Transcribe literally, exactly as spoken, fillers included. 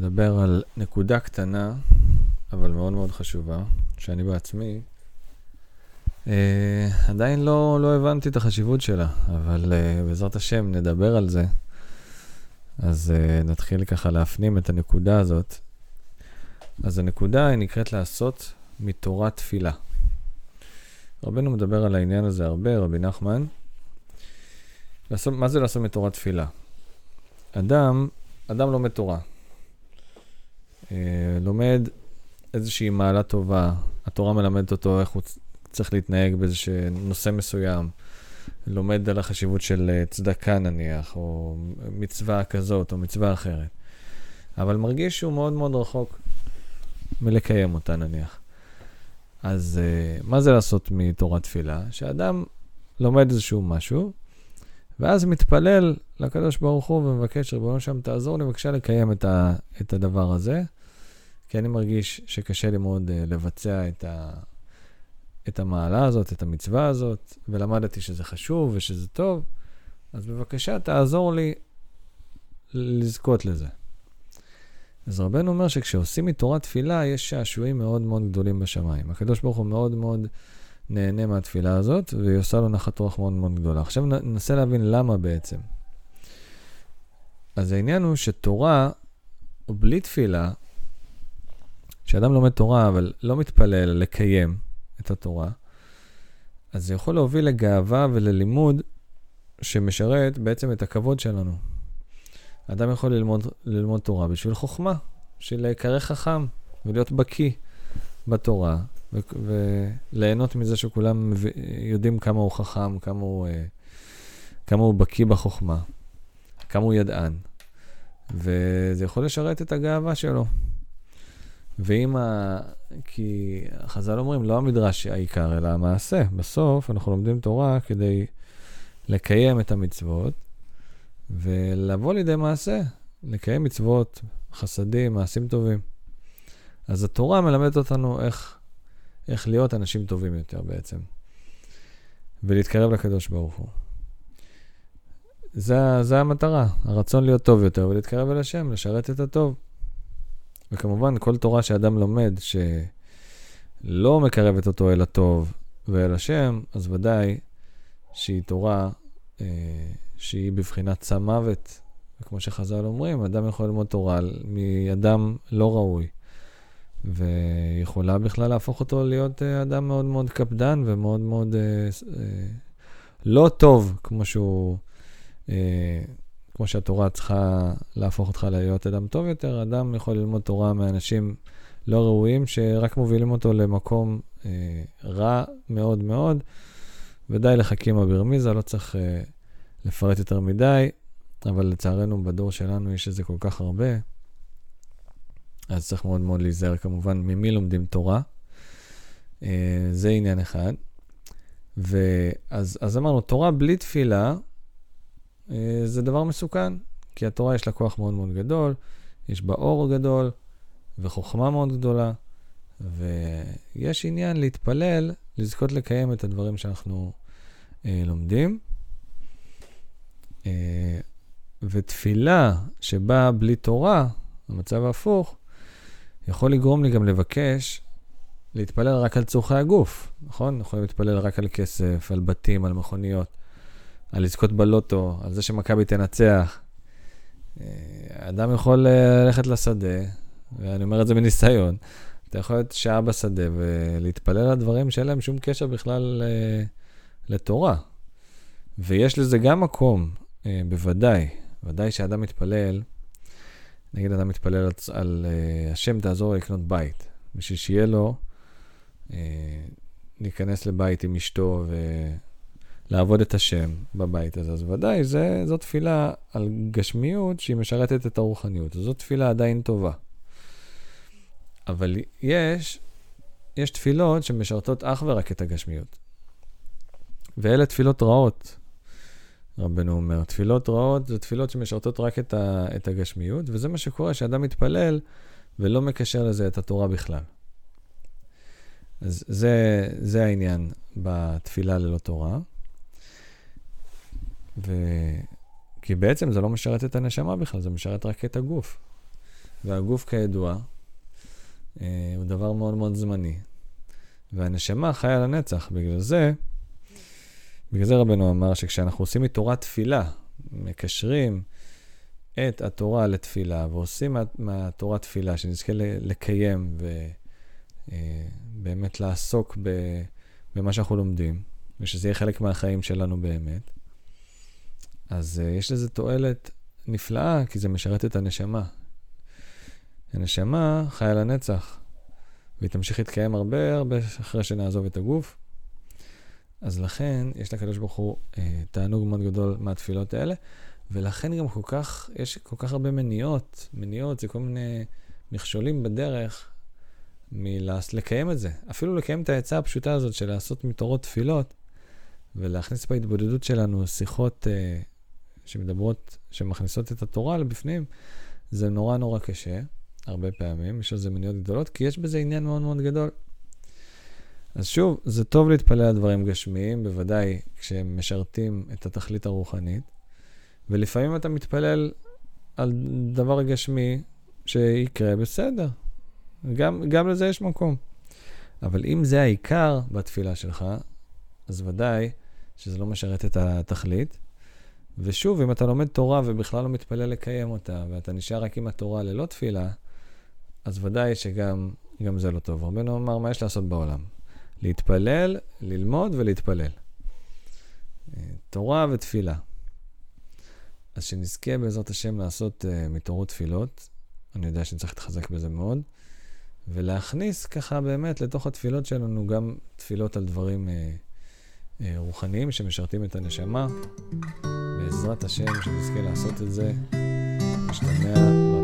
נדבר על נקודה קטנה, אבל מאוד מאוד חשובה, שאני בעצמי אה, עדיין לא, לא הבנתי את החשיבות שלה, אבל אה, בעזרת השם נדבר על זה. אז אה, נתחיל ככה להפנים את הנקודה הזאת. אז הנקודה היא נקראת לעשות מתורת תפילה. רבנו מדבר על העניין הזה הרבה, רבי נחמן. לעשות, מה זה לעשות מתורת תפילה? אדם, אדם לומד תורה. אה, לומד איזושהי מעלה טובה. התורה מלמדת אותו איך הוא צריך להתנהג באיזשהו נושא מסוים. לומד על החשיבות של צדקה נניח, או מצווה כזאת, או מצווה אחרת. אבל מרגיש שהוא מאוד מאוד רחוק מלקיים אותה נניח. אז uh, מה זה לעשות מתורת תפילה? שאדם לומד איזשהו משהו, ואז מתפלל לקדוש ברוך הוא ומבקש רבנו שם תעזור לי בבקשה לקיים את, ה, את הדבר הזה, כי אני מרגיש שקשה לי מאוד uh, לבצע את, ה, את המעלה הזאת, את המצווה הזאת, ולמדתי שזה חשוב ושזה טוב, אז בבקשה תעזור לי לזכות לזה. אז רבנו אומר שכשעושים מתורת תפילה, יש שעשועים מאוד מאוד גדולים בשמיים. הקדוש ברוך הוא מאוד מאוד נהנה מהתפילה הזאת, והיא עושה לו נחת רוח מאוד מאוד גדולה. עכשיו ננסה להבין למה בעצם. אז העניין הוא שתורה, או בלי תפילה, כשאדם לומד תורה, אבל לא מתפלל לקיים את התורה, אז זה יכול להוביל לגאווה וללימוד שמשרת בעצם את הכבוד שלנו. האדם יכול ללמוד, ללמוד תורה בשביל חוכמה, בשביל להיקרא חכם ולהיות בקיא בתורה, ו- וליהנות מזה שכולם יודעים כמה הוא חכם, כמה הוא, כמה הוא בקיא בחוכמה, כמה הוא ידען. וזה יכול לשרת את הגאווה שלו. ואם ה... כי החז"ל אומרים, לא המדרש העיקר, אלא המעשה. בסוף אנחנו לומדים תורה כדי לקיים את המצוות, ולבוא לידי מעשה, לקיים מצוות, חסדים, מעשים טובים. אז התורה מלמדת אותנו איך, איך להיות אנשים טובים יותר בעצם. ולהתקרב לקדוש ברוך הוא. זה, זה המטרה, הרצון להיות טוב יותר, ולהתקרב אל השם, לשרת את הטוב. וכמובן, כל תורה שאדם לומד, שלא מקרבת אותו אל הטוב ואל השם, אז ודאי שהיא תורה אה, שהיא בבחינת צא מוות. וכמו שחז"ל אומרים, אדם יכול ללמוד תורה מאדם לא ראוי. ויכולה בכלל להפוך אותו להיות אדם מאוד מאוד קפדן ומאוד מאוד אה, אה, לא טוב, כמו שהוא, אה, כמו שהתורה צריכה להפוך אותך להיות אדם טוב יותר. אדם יכול ללמוד תורה מאנשים לא ראויים, שרק מובילים אותו למקום אה, רע מאוד מאוד, ודי לחכימא ברמיזא, לא צריך אה, לפרט יותר מדי, אבל לצערנו בדור שלנו יש איזה כל כך הרבה, אז צריך מאוד מאוד להיזהר כמובן ממי לומדים תורה. אה, זה עניין אחד. ואז אז אמרנו, תורה בלי תפילה, אה, זה דבר מסוכן, כי התורה יש לה כוח מאוד מאוד גדול, יש בה אור גדול, וחוכמה מאוד גדולה, ויש עניין להתפלל, לזכות לקיים את הדברים שאנחנו אה, לומדים. אה, ותפילה שבאה בלי תורה, המצב ההפוך, יכול לגרום לי גם לבקש להתפלל רק על צורכי הגוף, נכון? יכולים להתפלל רק על כסף, על בתים, על מכוניות, על לזכות בלוטו, על זה שמכבי תנצח. אדם יכול ללכת לשדה, ואני אומר את זה מניסיון, אתה יכול להיות שעה בשדה ולהתפלל על דברים שאין להם שום קשר בכלל לתורה. ויש לזה גם מקום, בוודאי, ודאי שאדם מתפלל, נגיד אדם מתפלל על, על uh, השם תעזור לקנות בית, בשביל שיהיה לו uh, להיכנס לבית עם אשתו ולעבוד את השם בבית הזה. אז ודאי, זה, זו תפילה על גשמיות שהיא משרתת את הרוחניות. זו תפילה עדיין טובה. אבל יש, יש תפילות שמשרתות אך ורק את הגשמיות. ואלה תפילות רעות. רבנו אומר, תפילות רעות זה תפילות שמשרתות רק את, ה, את הגשמיות, וזה מה שקורה שאדם מתפלל ולא מקשר לזה את התורה בכלל. אז זה, זה העניין בתפילה ללא תורה. ו... כי בעצם זה לא משרת את הנשמה בכלל, זה משרת רק את הגוף. והגוף כידוע אה, הוא דבר מאוד מאוד זמני. והנשמה חיה לנצח. בגלל זה, בגלל זה רבנו אמר שכשאנחנו עושים מתורת תפילה, מקשרים את התורה לתפילה, ועושים מה, מהתורה תפילה, שנזכה לקיים ובאמת לעסוק ב, במה שאנחנו לומדים, ושזה יהיה חלק מהחיים שלנו באמת, אז uh, יש לזה תועלת נפלאה, כי זה משרת את הנשמה. הנשמה חיה לנצח, והיא תמשיך להתקיים הרבה הרבה אחרי שנעזוב את הגוף. אז לכן יש לקדוש ברוך הוא uh, תענוג מאוד גדול מהתפילות האלה, ולכן גם כל כך, יש כל כך הרבה מניעות. מניעות זה כל מיני מכשולים בדרך מלקיים את זה. אפילו לקיים את העצה הפשוטה הזאת של לעשות מתורות תפילות, ולהכניס בהתבודדות שלנו שיחות uh, שמדברות, שמכניסות את התורה לבפנים, זה נורא נורא קשה, הרבה פעמים, יש לזה מניעות גדולות, כי יש בזה עניין מאוד מאוד גדול. אז שוב, זה טוב להתפלל על דברים גשמיים, בוודאי כשהם משרתים את התכלית הרוחנית, ולפעמים אתה מתפלל על דבר גשמי שיקרה בסדר. גם, גם לזה יש מקום. אבל אם זה העיקר בתפילה שלך, אז ודאי שזה לא משרת את התכלית. ושוב, אם אתה לומד תורה ובכלל לא מתפלל לקיים אותה, ואתה נשאר רק עם התורה ללא תפילה, אז ודאי שגם גם זה לא טוב. רבנו אמר, מה יש לעשות בעולם? להתפלל, ללמוד ולהתפלל. תורה ותפילה. אז שנזכה בעזרת השם לעשות uh, מתורות תפילות, אני יודע שצריך להתחזק בזה מאוד, ולהכניס ככה באמת לתוך התפילות שלנו גם תפילות על דברים uh, uh, רוחניים שמשרתים את הנשמה. בעזרת השם שנזכה לעשות את זה, משתמע